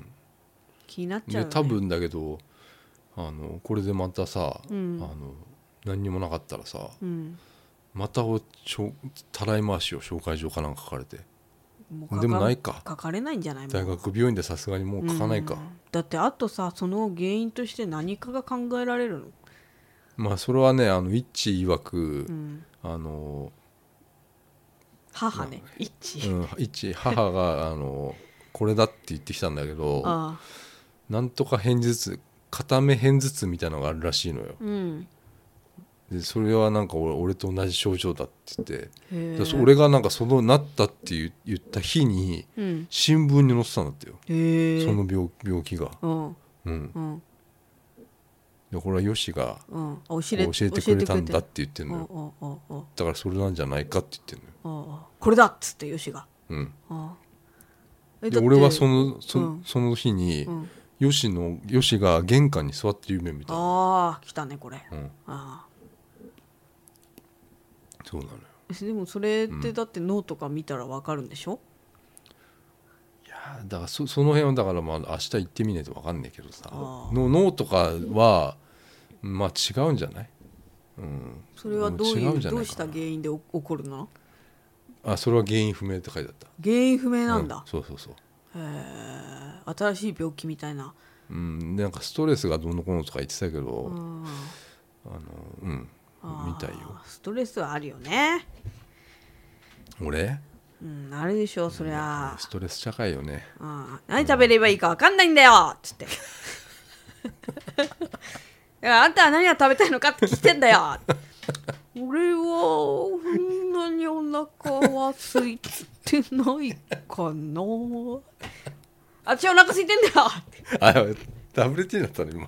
気になっちゃうよね。 で多分だけどあのこれでまたさ、うん、あの何にもなかったらさ、うん、またおちょたらい回しを紹介状かなんか書かれてもでもないか書かれないんじゃない？ 大学病院でさすがにもう書かないか、うん、 だってあとさその原因として何かが考えられるの？ まあそれはねあの一致曰く、うん、あの母ね、まあ、一致、 うん、一致母があのこれだって言ってきたんだけどああなんとか片頭痛片目片頭痛みたいなのがあるらしいのよ、 うん、 でそれはなんか 俺, 俺と同じ症状だって言ってで俺がなんかそのなったって言った日に新聞に載ってたんだってよ、 へその 病, 病気が、 うんうん、 うん、 でこれはヨシが教えてくれたんだって言ってるのよ。だからそれなんじゃないかって言ってるのよ。 これだっつってヨシが、 うん、で俺はその そ,、うん、その日に、うん、ヨシのヨシが玄関に座ってる夢見た。 ああ来たねこれ、うん、 あそうなのよ。 でもそれってだって脳とか見たら分かるんでしょ、 うん、いやだから そ, その辺はだからまあ明日行ってみないと分かんないけどさの脳とかはまあ違うんじゃない、うん、 それはどういうどうした原因で起こるの？ あそれは原因不明って書いてあった。 原因不明なんだ、うん、 そうそうそう。 へえ新しい病気みたいな。 うんなんかストレスがどうのこうのとか言ってたけど、うん、あのうんみたいよ。 ストレスはあるよね。 俺？ うんあれでしょそりゃ。 ストレス社会よね。 あ何食べればいいか分かんないんだよっつって。いやあんたは何が食べたいのかって聞いてんだよ。俺はこんなにお腹は空いてないかな。私お腹空いてんだよ。 あ ダブリューティー だったの今。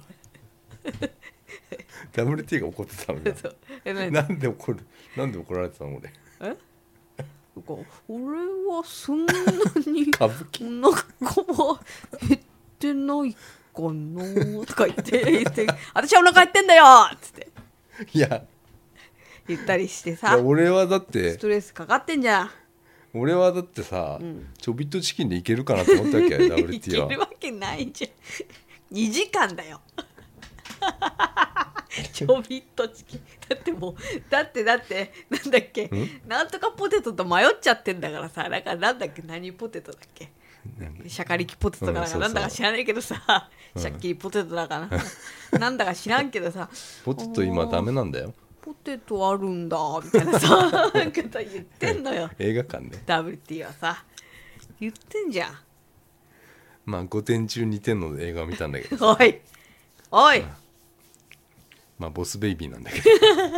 ダブリューティー が怒ってたの今。なんで怒るなんで怒られてたの俺。え俺はそんなにお腹は減ってないかなとか言って言って私はお腹減ってんだよっつっていや言ったりしてさ。 俺はだってストレスかかってんじゃん。 俺はだってさ、うん、ちょびっとチキンでいけるかなと思ったわけダブリューティー は。いけるわけないじゃん。にじかんだよ。ちょびっとチキンだってもうだってだってなんだっけなんとかポテトと迷っちゃってんだからさ。だからなんだっけ何ポテトだっけシャカリキポテトだからなんだか知らないけどさ、うん、シャッキリポテトだからなんだか知らんけどさポテト今ダメなんだよ。 ポテトあるんだみたいなさなんか言ってんのよ映画館でダブリューティー はさ言ってんじゃん。 まあごてん中にてんの映画を見たんだけどおいおい、 まあ、まあボスベイビーなんだけど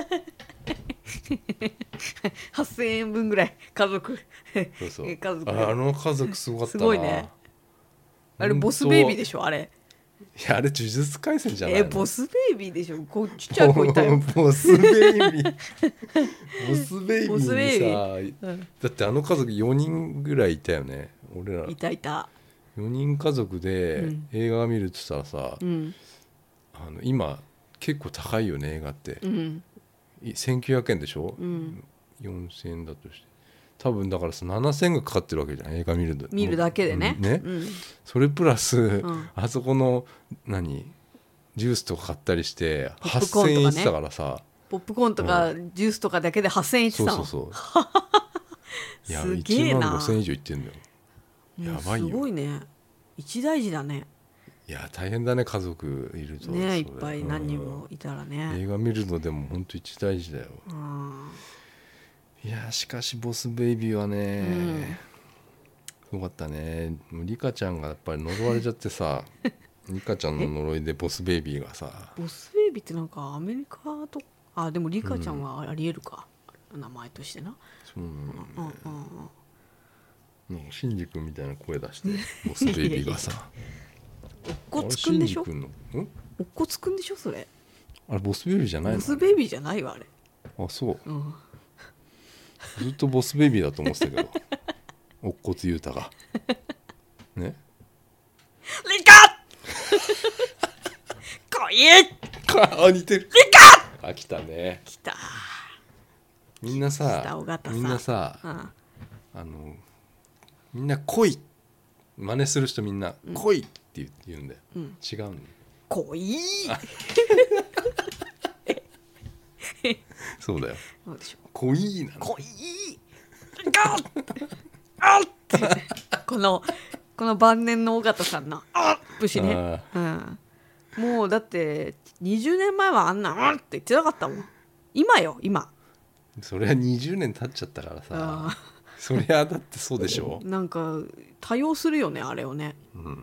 はっせんえんぶんぐらい家族そうそう家族あ, あの家族すごかったな。すごいね。 あれボスベイビーでしょあれ。 いやあれ呪術廻戦じゃないの。 えボスベイビーでしょ。こうちっちゃい子いたよ。 ボスベイビーボスベイビーにさ、うん、だってあの家族よにんぐらいいたよね俺ら。 いたいた。 よにん家族で映画見るって言ったらさ、うん、あの今結構高いよね映画って、うん、せんきゅうひゃくえんでしょ、うん、よんせんえんだとして多分だからさななせんえんがかかってるわけじゃん映画見る見るだけでね、 ね、うん、それプラス、うん、あそこの何ジュースとか買ったりしてはっせんえんいってたからさポップコーンとかジュースとかだけではっせんえんいってたの。そうそうそういやすげえな。 いちまんごせんえん以上いってんだよ。やばいよ。 すごいね。一大事だね。 いや大変だね家族いるとねいっぱい何人もいたらね、 うん、映画見るのでも本当一大事だよ。いやしかしボスベイビーはね、うん、よかったね。リカちゃんがやっぱり呪われちゃってさリカちゃんの呪いでボスベイビーがさボスベイビーってなんかアメリカとあでもリカちゃんはありえるか、うん、名前としてな。そうなんだよね、うんうんうん、なんかシンジ君みたいな声出してボスベイビーがさおっこつくんでしょ。おっこつくんでしょそれ。 あれボスベイビーじゃないの。 ボスベイビーじゃないわあれ。 あそう、うん、ずっとボスベイビーだと思ってたけどおっこつゆうたがねリカこいあ似てる。 リカあ来たね。 来た。 みんなさみんなさ、うん、あのみんな来い真似する人みんな来いって言うんだよ、うん、違うの来いそうだよそうでしょ来いなの来いガッあっこのこの晩年の尾形さんのあっ節ね、うん、もうだってにじゅうねんまえはあんなうんって言ってなかったもん。今よ今それはにじゅうねん経っちゃったからさそりゃだってそうでしょ。 なんか多用するよねあれをね、うん、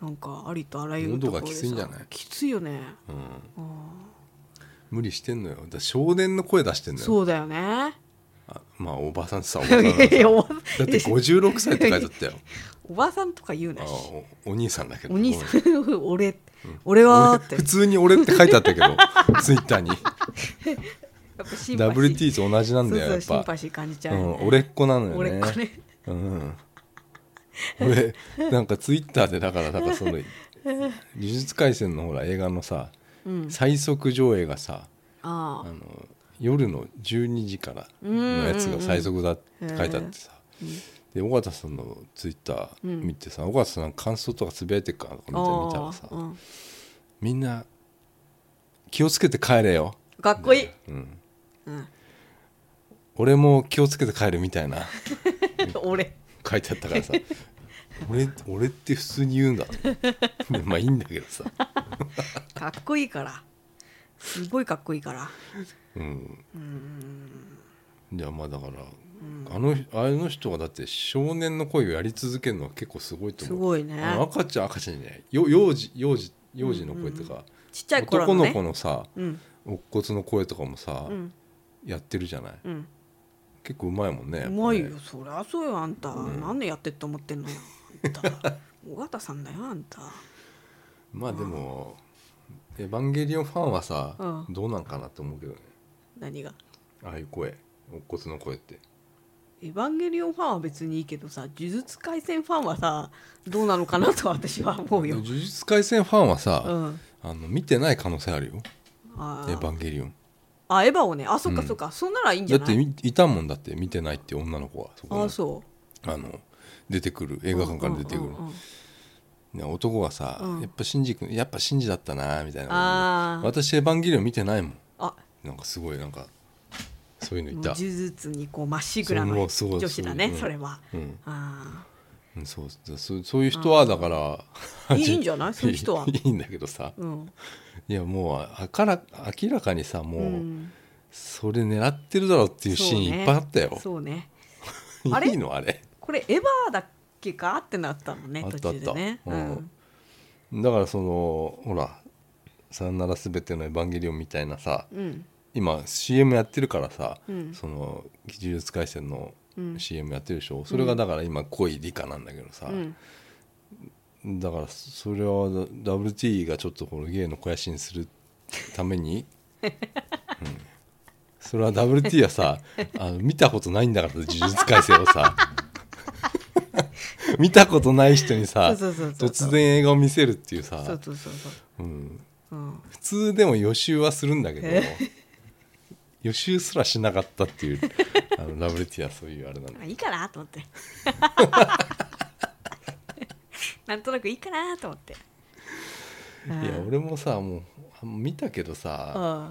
なんかありとあらゆるところでさ喉がきついんじゃない？ きついよね、 うん、無理してんのよ。だ少年の声出してんのよ。 そうだよね。 あまあおばさんってさおばさんだだってごじゅうろくさいって書いてあったよおばさんとか言うなし。 あ お, お兄さんだけどお兄さん俺、うん、俺はって普通に俺って書いてあったけどツイッターにやっぱシンパシー ダブリューティー と同じなんだよ。 そうそうやっぱシンパシー感じちゃうよね、 うん、俺っ子なのよね。 俺っ子ね、 うん、俺なんかツイッターでだからだからその呪術廻戦のほら映画のさ、うん、最速上映がさああの夜のじゅうにじからのやつが最速だって書いてあってさ、うんうんうん、で尾形さんのツイッター見てさ、うん、尾形さん感想とかつぶやいてるかとか見たらさ、うん、みんな気をつけて帰れよかっこいい、 うんうん、俺も気をつけて帰るみたいな俺書いてあったからさ俺, 俺って普通に言うんだまあいいんだけどさかっこいいからすごいかっこいいからうん、うん、じゃあまあだから、うん、あのあの人がだって少年の声をやり続けるのは結構すごいと思う。 すごいね。 あの赤ちゃん赤ちゃんじゃないよ幼児幼児幼児の声とか、うんうん、 ちっちゃい頃の、ね、 男の子のさ、うん、乙骨の声とかもさ、うん、やってるじゃない、うん、結構うまいもんね。 うまいよ、そりゃそうよ。あんた、うん、何でやってると思ってんのよあんた尾形さんだよあんた。 まあでもエヴァンゲリオンファンはさ、うん、どうなんかなって思うけどね。 何がああいう声乙骨の声って。 エヴァンゲリオンファンは別にいいけどさ、呪術廻戦ファンはさどうなのかなと私は思うよ。 呪術廻戦ファンはさ、うん、あの見てない可能性あるよ。あエヴァンゲリオンあエヴァをね、あそっかそっか、うん、そんならいいんじゃない。 だっていたもんだって見てないって女の子はそこのあそうあの出てくる映画館から出てくる、うんうんうんうん、男がさ、うん、やっぱシンジ君やっぱシンジだったなみたいな。私エヴァンゲリオン見てないもん。あなんかすごいなんかそういうのいた。 呪術にこうまっしぐらの女子だね そ, そ, それは、うん、あそうそ, そういう人はだからいいんじゃないそういう人はいいんだけどさ、うん、いやもうあから明らかにさもう、うん、それ狙ってるだろうっていうシーンいっぱいあったよ。 そうねあれいいのあれこれエヴァだっけかってなったのね途中でね。あったあった、 うん、だからそのほらさよならすべてのエヴァンゲリオンみたいなさ、うん、今 シーエム やってるからさ、うん、その呪術廻戦の シーエム やってるでしょ、うん、それがだから今恋理科なんだけどさ、うん、だからそれは ダブリューティー がちょっとこのゲイの肥やしにするために、うん、それは ダブリューティー はさあの見たことないんだから呪術廻戦をさ見たことない人にさ突然映画を見せるっていうさ、そうそうそうそう、うんうん、普通でも予習はするんだけど予習すらしなかったっていうあのラブレティはそういうあれなんだ。 いいかなと思ってなんとなくいいかなと思って。 いや俺もさもう見たけどさ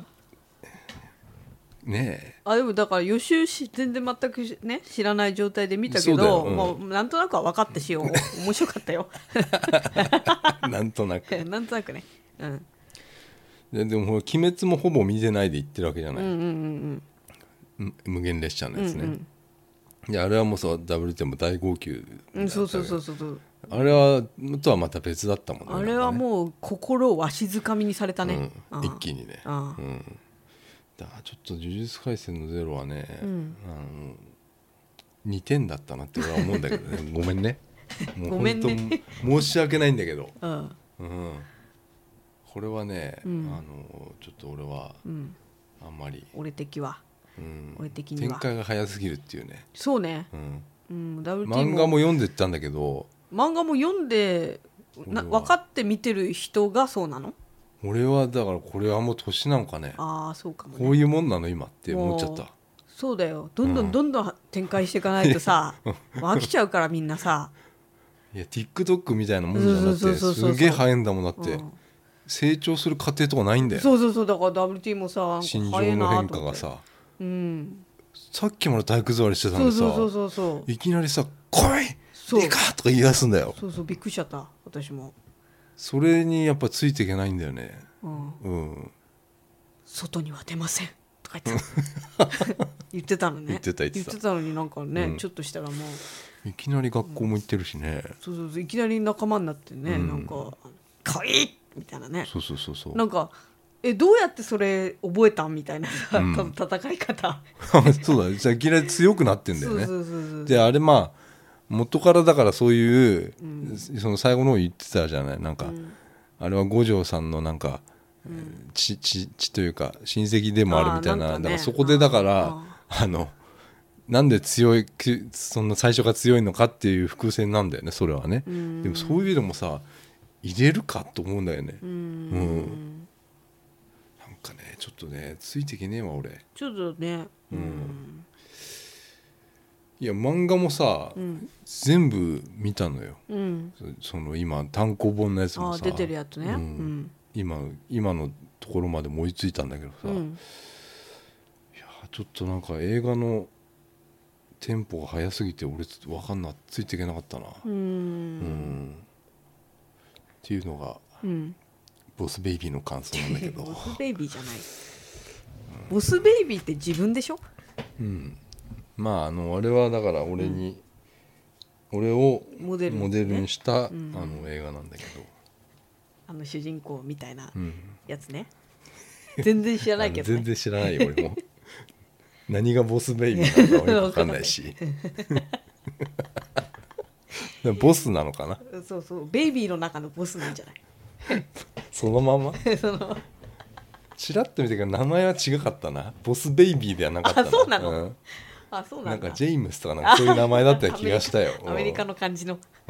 ねえあでもだから予習し全然全くね知らない状態で見たけど、うん、もうなんとなくは分かったし面白かったよなんとなくなんとなくね、うん、 で, でも鬼滅もほぼ見てないで言ってるわけじゃない、うんうんうん、無限列車のやつね、うんうん、いやあれはもうさ ダブリューティー も大号泣、 うん、そうそうそうそうあれはとはまた別だったもんね。 あれはもう心をわしづかみにされたね、 うん、一気にね、うん、だからちょっと呪術廻戦のゼロはね、うん、あのにてんだったなって俺は思うんだけどねごめんねもうごめんね申し訳ないんだけど、うんうん、これはね、うん、あのちょっと俺は、うん、あんまり俺的は、うん、俺的には展開が早すぎるっていうね。 そうね、うんうん、ダブリューティー漫画も読んでったんだけど漫画も読んでな分かって見てる人がそうなの。 俺はだからこれはもう年なのかね。 ああそうかも、ね、 こういうもんなの今って思っちゃった。 そうだよどんどんどんどん展開していかないとさ、うん、飽きちゃうからみんなさいや TikTok みたいなもんじゃなくてすげえ早いんだもんだって、うん、成長する過程とかないんだよ。 そうそうそうだから ダブリューティー もさ心情の変化がさ、うん、さっきまで体育座りしてたのにさそうそうそうそういきなりさ来いいいかとか言い出すんだよ。 そうそうびっくりしちゃった私も。 それにやっぱついていけないんだよね、うんうん、 外には出ませんとか言ってた言ってたのね言ってた言ってた言ってたのになんかね、うん、ちょっとしたらもういきなり学校も行ってるしね、 そうそうそう、いきなり仲間になってね、うん、なんかかわいいみたいなね。 そうそうそうそう、 なんかえどうやってそれ覚えたんみたいなさ、うん、戦い方そうだ、じゃあいきなり強くなってんだよね。そうそうそうそう。であれまあ元からだからそういう、うん、その最後の方言ってたじゃない、なんか、うん、あれは五条さんのなんか、うん、血, 血, 血というか親戚でもあるみたい な, な、ね、だからそこでだからああのなんで強いそんな最初が強いのかっていう伏線なんだよね、それはね。でもそういうのもさ入れるかと思うんだよね。うん、うん、なんかねちょっとねついていけねえわ俺。 ちょっとね、うん、 いや漫画もさ、うん、全部見たのよ、うん、その今単行本のやつもさ出てるやつね、うんうん、 今, 今のところまでも追いついたんだけどさ、うん、いやちょっとなんか映画のテンポが速すぎて俺分かんなついていけなかったな。うん、うん、っていうのが、うん、ボスベイビーの感想なんだけどボスベイビーじゃない、うん、ボスベイビーって自分でしょ。 うん、まああのあれはだから俺に、うん、俺をモデルにした、うん、あの映画なんだけど、 あの主人公みたいなやつね、うん、全然知らないけど、ね、 全然知らないよ俺も何がボスベイビーなのか分かんないしボスなのかな。 そうそう、ベイビーの中のボスなんじゃないそのままそのチラッと見てから名前は違かったな。ボスベイビーではなかったな。 あ、そうなの、うん、あ、そうなんだ。 なんかジェイムスとかなんかそういう名前だった気がしたよアメリカの感じの、うん、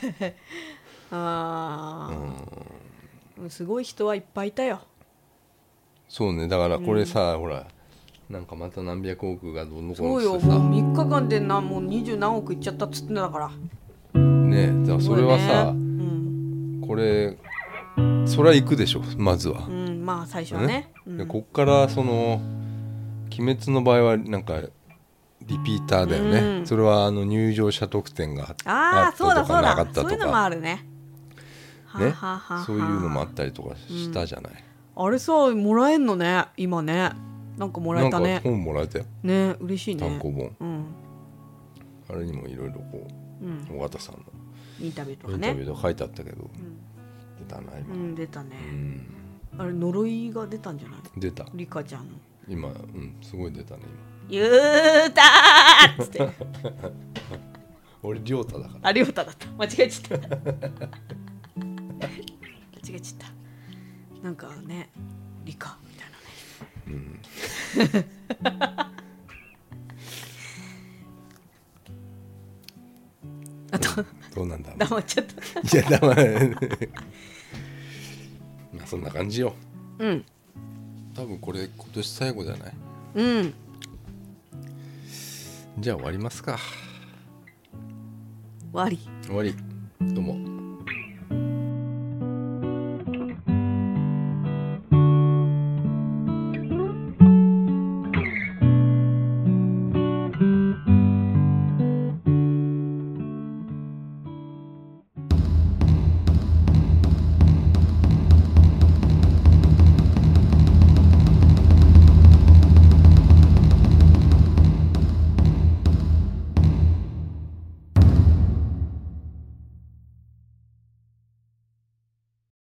あ、うん、すごい人はいっぱいいたよ。 そうね、だからこれさ、うん、ほらなんかまた何百億がどんどんそうよ、もうみっかかんでなもう二十何億いっちゃったっつってんだからね。だからそれはさ、ね、うん、これそれは行くでしょまずは、 うん、まあ最初はね、ね、うん、 でこっからその鬼滅の場合はなんかリピーターだよね、うん、それはあの入場者特典があったとかなかったとか、そうだそうだ、 そういうのもあるね、 ね、はははそういうのもあったりとかしたじゃない、 うん、あれさもらえんのね今ね。なんかもらえたね。 なんか本もらえたよね、嬉しいね。 単行本、うん、あれにもいろいろこう、うん、尾形さんのインタビューとかねインタビューとか書いてあったけど、うん、出たな今、 うん、出たね、うん、あれ呪いが出たんじゃない？ 出た、 リカちゃんの今、うん、すごい出たね今。ゆうたーっつって俺りょうただから。 あ、りょうただった、間違えちゃった間違えちゃった、なんかねリカみたいなね、うん、あとどうなんだろう、 黙っちゃったいや黙れまあそんな感じよ。うん、多分これ今年最後じゃない？うん、じゃあ終わりますか。 終わり終わり、どうも。